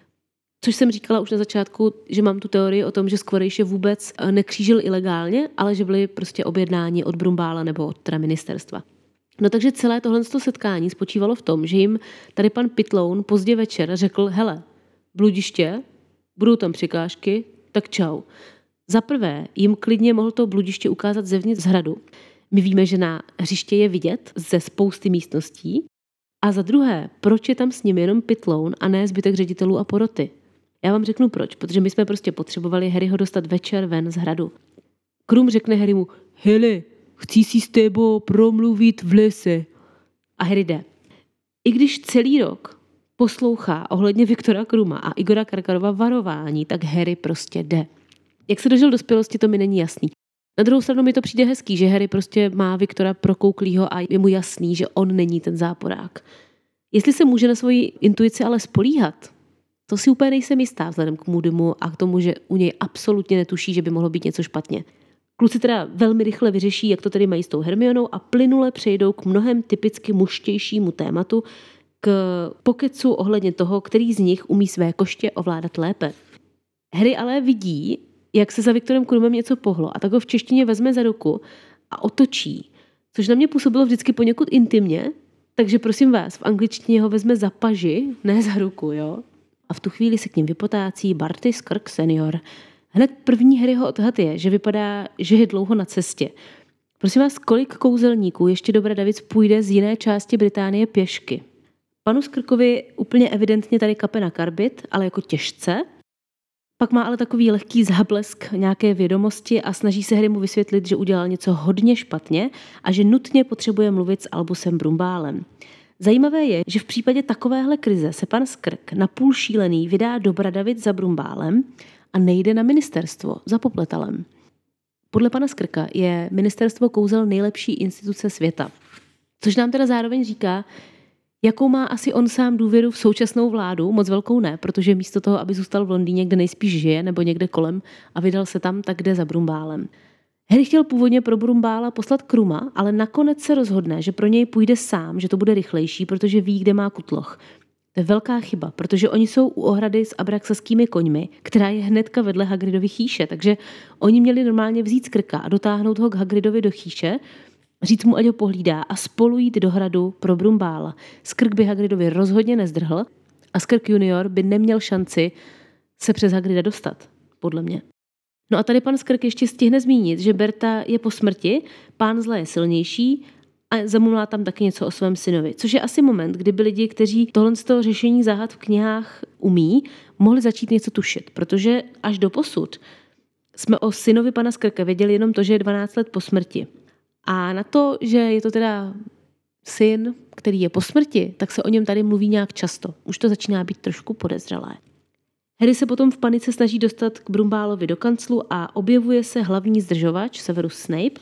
Což jsem říkala už na začátku, že mám tu teorii o tom, že Squarish je vůbec nekřížil ilegálně, ale že byli prostě objednáni od Brumbála nebo od teda ministerstva. No takže celé tohle setkání spočívalo v tom, že jim tady pan Pitloun pozdě večer řekl, hele, bludiště, budou tam překážky, tak čau. Za prvé jim klidně mohl to bludiště ukázat zevnitř z hradu. My víme, že na hřiště je vidět ze spousty místností. A za druhé, proč je tam s ním jenom Pitloun a ne zbytek ředitelů a poroty? Já vám řeknu proč, protože my jsme prostě potřebovali Harryho dostat večer ven z hradu. Krum řekne Harrymu, hele, chci si s tebou promluvit v lese. A Harry jde. I když celý rok poslouchá ohledně Viktora Kruma a Igora Karkarova varování, tak Harry prostě jde. Jak se dožil dospělosti, to mi není jasný. Na druhou stranu mi to přijde hezký, že Harry prostě má Viktora prokouklýho a je mu jasný, že on není ten záporák. Jestli se může na svoji intuici ale spolíhat, to si úplně nejsem jistá vzhledem k Moodymu a k tomu, že u něj absolutně netuší, že by mohlo být něco špatně. Kluci teda velmi rychle vyřeší, jak to tedy mají s tou Hermionou a plynule přejdou k mnohem typicky muštějšímu tématu, k pokecu ohledně toho, který z nich umí své koště ovládat lépe. Harry ale vidí, jak se za Viktorem Krumem něco pohlo a tak ho v češtině vezme za ruku a otočí, což na mě působilo vždycky poněkud intimně, takže prosím vás, v angličtině ho vezme za paži, ne za ruku, jo? A v tu chvíli se k ním vypotácí Barty Skrk senior. Hned první Harryho odhad je, že vypadá, že je dlouho na cestě. Prosím vás, kolik kouzelníků ještě do Bradavic půjde z jiné části Británie pěšky? Panu Skrkovi úplně evidentně tady kape na karbit, ale jako těžce. Pak má ale takový lehký záblesk nějaké vědomosti a snaží se Harrymu vysvětlit, že udělal něco hodně špatně a že nutně potřebuje mluvit s Albusem Brumbálem. Zajímavé je, že v případě takovéhle krize se pan Skrk napůl šílený vydá do Bradavic za Brumbálem a nejde na ministerstvo za Popletalem. Podle pana Skrka je ministerstvo kouzel nejlepší instituce světa. Což nám teda zároveň říká, jakou má asi on sám důvěru v současnou vládu, moc velkou ne, protože místo toho, aby zůstal v Londýně, kde nejspíš žije, nebo někde kolem a vydal se tam, tak jde za Brumbálem. Harry chtěl původně pro Brumbála poslat Kruma, ale nakonec se rozhodne, že pro něj půjde sám, že to bude rychlejší, protože ví, kde má kutloch. To je velká chyba, protože oni jsou u ohrady s abraxaskými koňmi, která je hnedka vedle Hagridovy chýše, takže oni měli normálně vzít Skrka a dotáhnout ho k Hagridovi do chýše, říct mu, ať ho pohlídá a spolu jít do hradu pro Brumbála. Skrk by Hagridovi rozhodně nezdrhl a Skrk junior by neměl šanci se přes Hagrida dostat, podle mě. No a tady pan Skrk ještě stihne zmínit, že Berta je po smrti, pán zla je silnější a zamumlá tam taky něco o svém synovi, což je asi moment, kdyby lidi, kteří tohle z toho řešení záhad v knihách umí, mohli začít něco tušit, protože až do posud jsme o synovi pana Skrka věděli jenom to, že je dvanáct let po smrti. A na to, že je to teda syn, který je po smrti, tak se o něm tady mluví nějak často. Už to začíná být trošku podezřelé. Harry se potom v panice snaží dostat k Brumbálovi do kanclu a objevuje se hlavní zdržovač Severus Snape,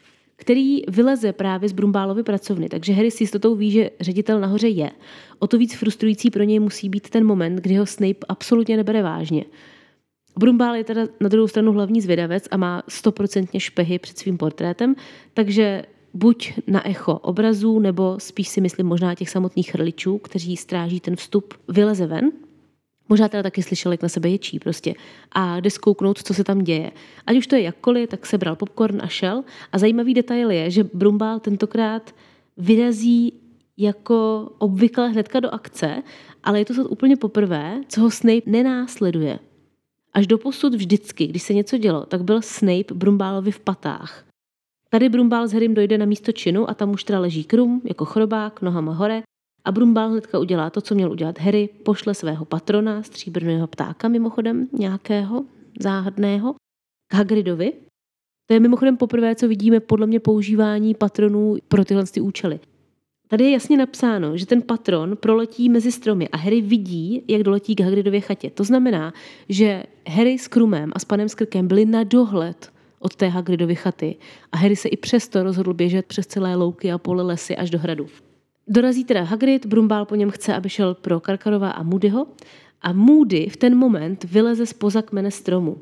který vyleze právě z Brumbálovy pracovny, takže Harry s jistotou ví, že ředitel nahoře je. O to víc frustrující pro něj musí být ten moment, kdy ho Snape absolutně nebere vážně. Brumbál je teda na druhou stranu hlavní zvědavec a má stoprocentně špehy před svým portrétem, takže buď na echo obrazů, nebo spíš si myslím možná těch samotných chrličů, kteří stráží ten vstup, vyleze ven. Možná teda taky slyšel, jak na sebe ječí prostě a jde zkouknout, co se tam děje. Ať už to je jakkoliv, tak sebral popcorn a šel. A zajímavý detail je, že Brumbál tentokrát vyrazí jako obvykle hnedka do akce, ale je to snad úplně poprvé, co ho Snape nenásleduje. Až doposud vždycky, když se něco dělo, tak byl Snape Brumbálovi v patách. Tady Brumbál s Harrym dojde na místo činu a tam už teda leží Krum jako chrobák, nohama hore a Brumbál hnedka udělá to, co měl udělat Harry, pošle svého patrona, stříbrného ptáka mimochodem, nějakého záhadného, k Hagridovi. To je mimochodem poprvé, co vidíme podle mě používání patronů pro tyhle ty účely. Tady je jasně napsáno, že ten patron proletí mezi stromy a Harry vidí, jak doletí k Hagridově chatě. To znamená, že Harry s Krumem a s panem Skrkem byli na dohled od té Hagridovy chaty a Harry se i přesto rozhodl běžet přes celé louky a pole lesy až do hradu. Dorazí teda Hagrid, Brumbál po něm chce, aby šel pro Karkarova a Moodyho a Moody v ten moment vyleze zpoza kmene stromu.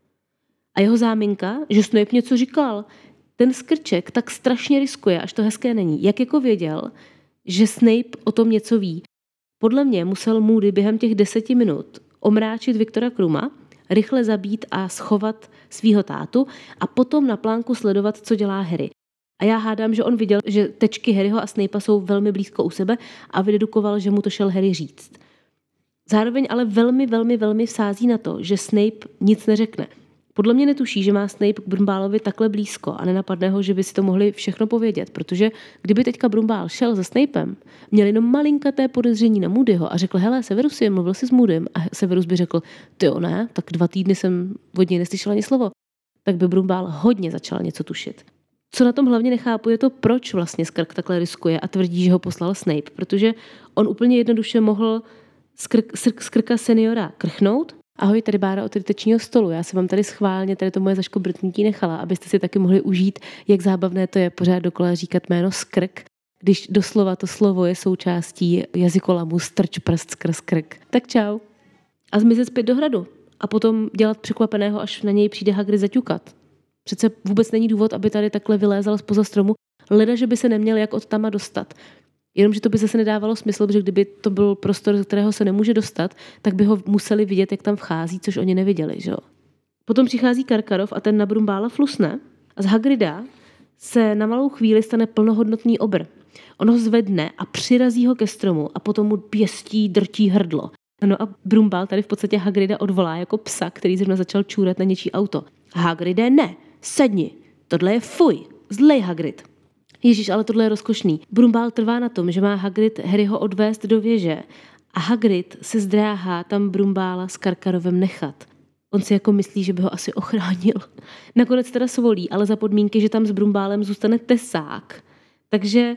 A jeho záminka, že Snape něco říkal, ten skrček tak strašně riskuje, až to hezké není. Jak jako věděl, že Snape o tom něco ví. Podle mě musel Moody během těch deseti minut omráčit Viktora Kruma, rychle zabít a schovat svýho tátu a potom na plánku sledovat, co dělá Harry. A já hádám, že on viděl, že tečky Harryho a Snape'a jsou velmi blízko u sebe a vydedukoval, že mu to šel Harry říct. Zároveň ale velmi, velmi, velmi vsází na to, že Snape nic neřekne. Podle mě netuší, že má Snape k Brumbálovi takhle blízko a nenapadne ho, že by si to mohli všechno povědět, protože kdyby teďka Brumbál šel za Snapem, měl jenom malinkaté podezření na Moodyho a řekl, hele, Severusi, mluvil jsi s Moodym, a Severus by řekl, tyjo, ne, tak dva týdny jsem od něj neslyšel ani slovo, tak by Brumbál hodně začal něco tušit. Co na tom hlavně nechápu, je to, proč vlastně Skrk takhle riskuje a tvrdí, že ho poslal Snape, protože on úplně jednoduše mohl skrk, skrk, Skrka seniora krchnout. Ahoj, tady Bára od tečního stolu. Já jsem vám tady schválně tady to moje zaškobrtnutí nechala, abyste si taky mohli užít, jak zábavné to je pořád dokola říkat jméno Skrk, když doslova to slovo je součástí jazykolamu strč prst skrz krk. Tak čau. A zmizet zpět do hradu. A potom dělat překvapeného, až na něj přijde Hagrid zaťukat. Přece vůbec není důvod, aby tady takhle vylézal zpoza stromu, leda, že by se neměl jak od tama dostat. Jenomže to by zase nedávalo smysl, protože kdyby to byl prostor, z kterého se nemůže dostat, tak by ho museli vidět, jak tam vchází, což oni neviděli. Že? Potom přichází Karkarov a ten na Brumbála flusne a z Hagrida se na malou chvíli stane plnohodnotný obr. On ho zvedne a přirazí ho ke stromu a potom mu pěstí, drtí hrdlo. No a Brumbál tady v podstatě Hagrida odvolá jako psa, který zrovna začal čůrat na něčí auto. Hagride, ne, sedni, tohle je fuj, zlej Hagrid. Ježíš, ale tohle je rozkošný. Brumbál trvá na tom, že má Hagrid Harryho odvést do věže a Hagrid se zdráhá tam Brumbála s Karkarovem nechat. On si jako myslí, že by ho asi ochránil. Nakonec teda svolí, ale za podmínky, že tam s Brumbálem zůstane tesák. Takže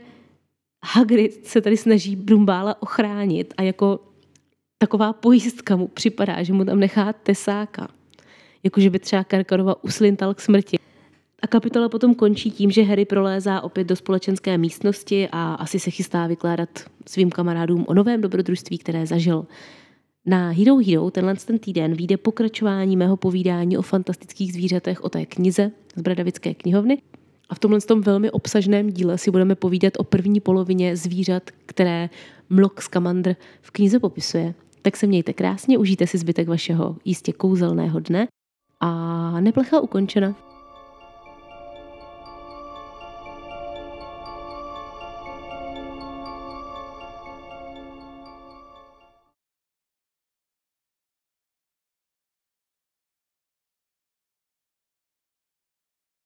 Hagrid se tady snaží Brumbála ochránit a jako taková pojistka mu připadá, že mu tam nechá tesáka. Jakože by třeba Karkarova uslintal k smrti. A kapitola potom končí tím, že Harry prolézá opět do společenské místnosti a asi se chystá vykládat svým kamarádům o novém dobrodružství, které zažil. Na Hero Hero tenhle ten týden vyjde pokračování mého povídání o fantastických zvířatech o té knize z Bradavické knihovny. A v tomhle tom velmi obsažném díle si budeme povídat o první polovině zvířat, které Mlok Scamander v knize popisuje. Tak se mějte krásně, užijte si zbytek vašeho jistě kouzelného dne a Neplecha ukončena.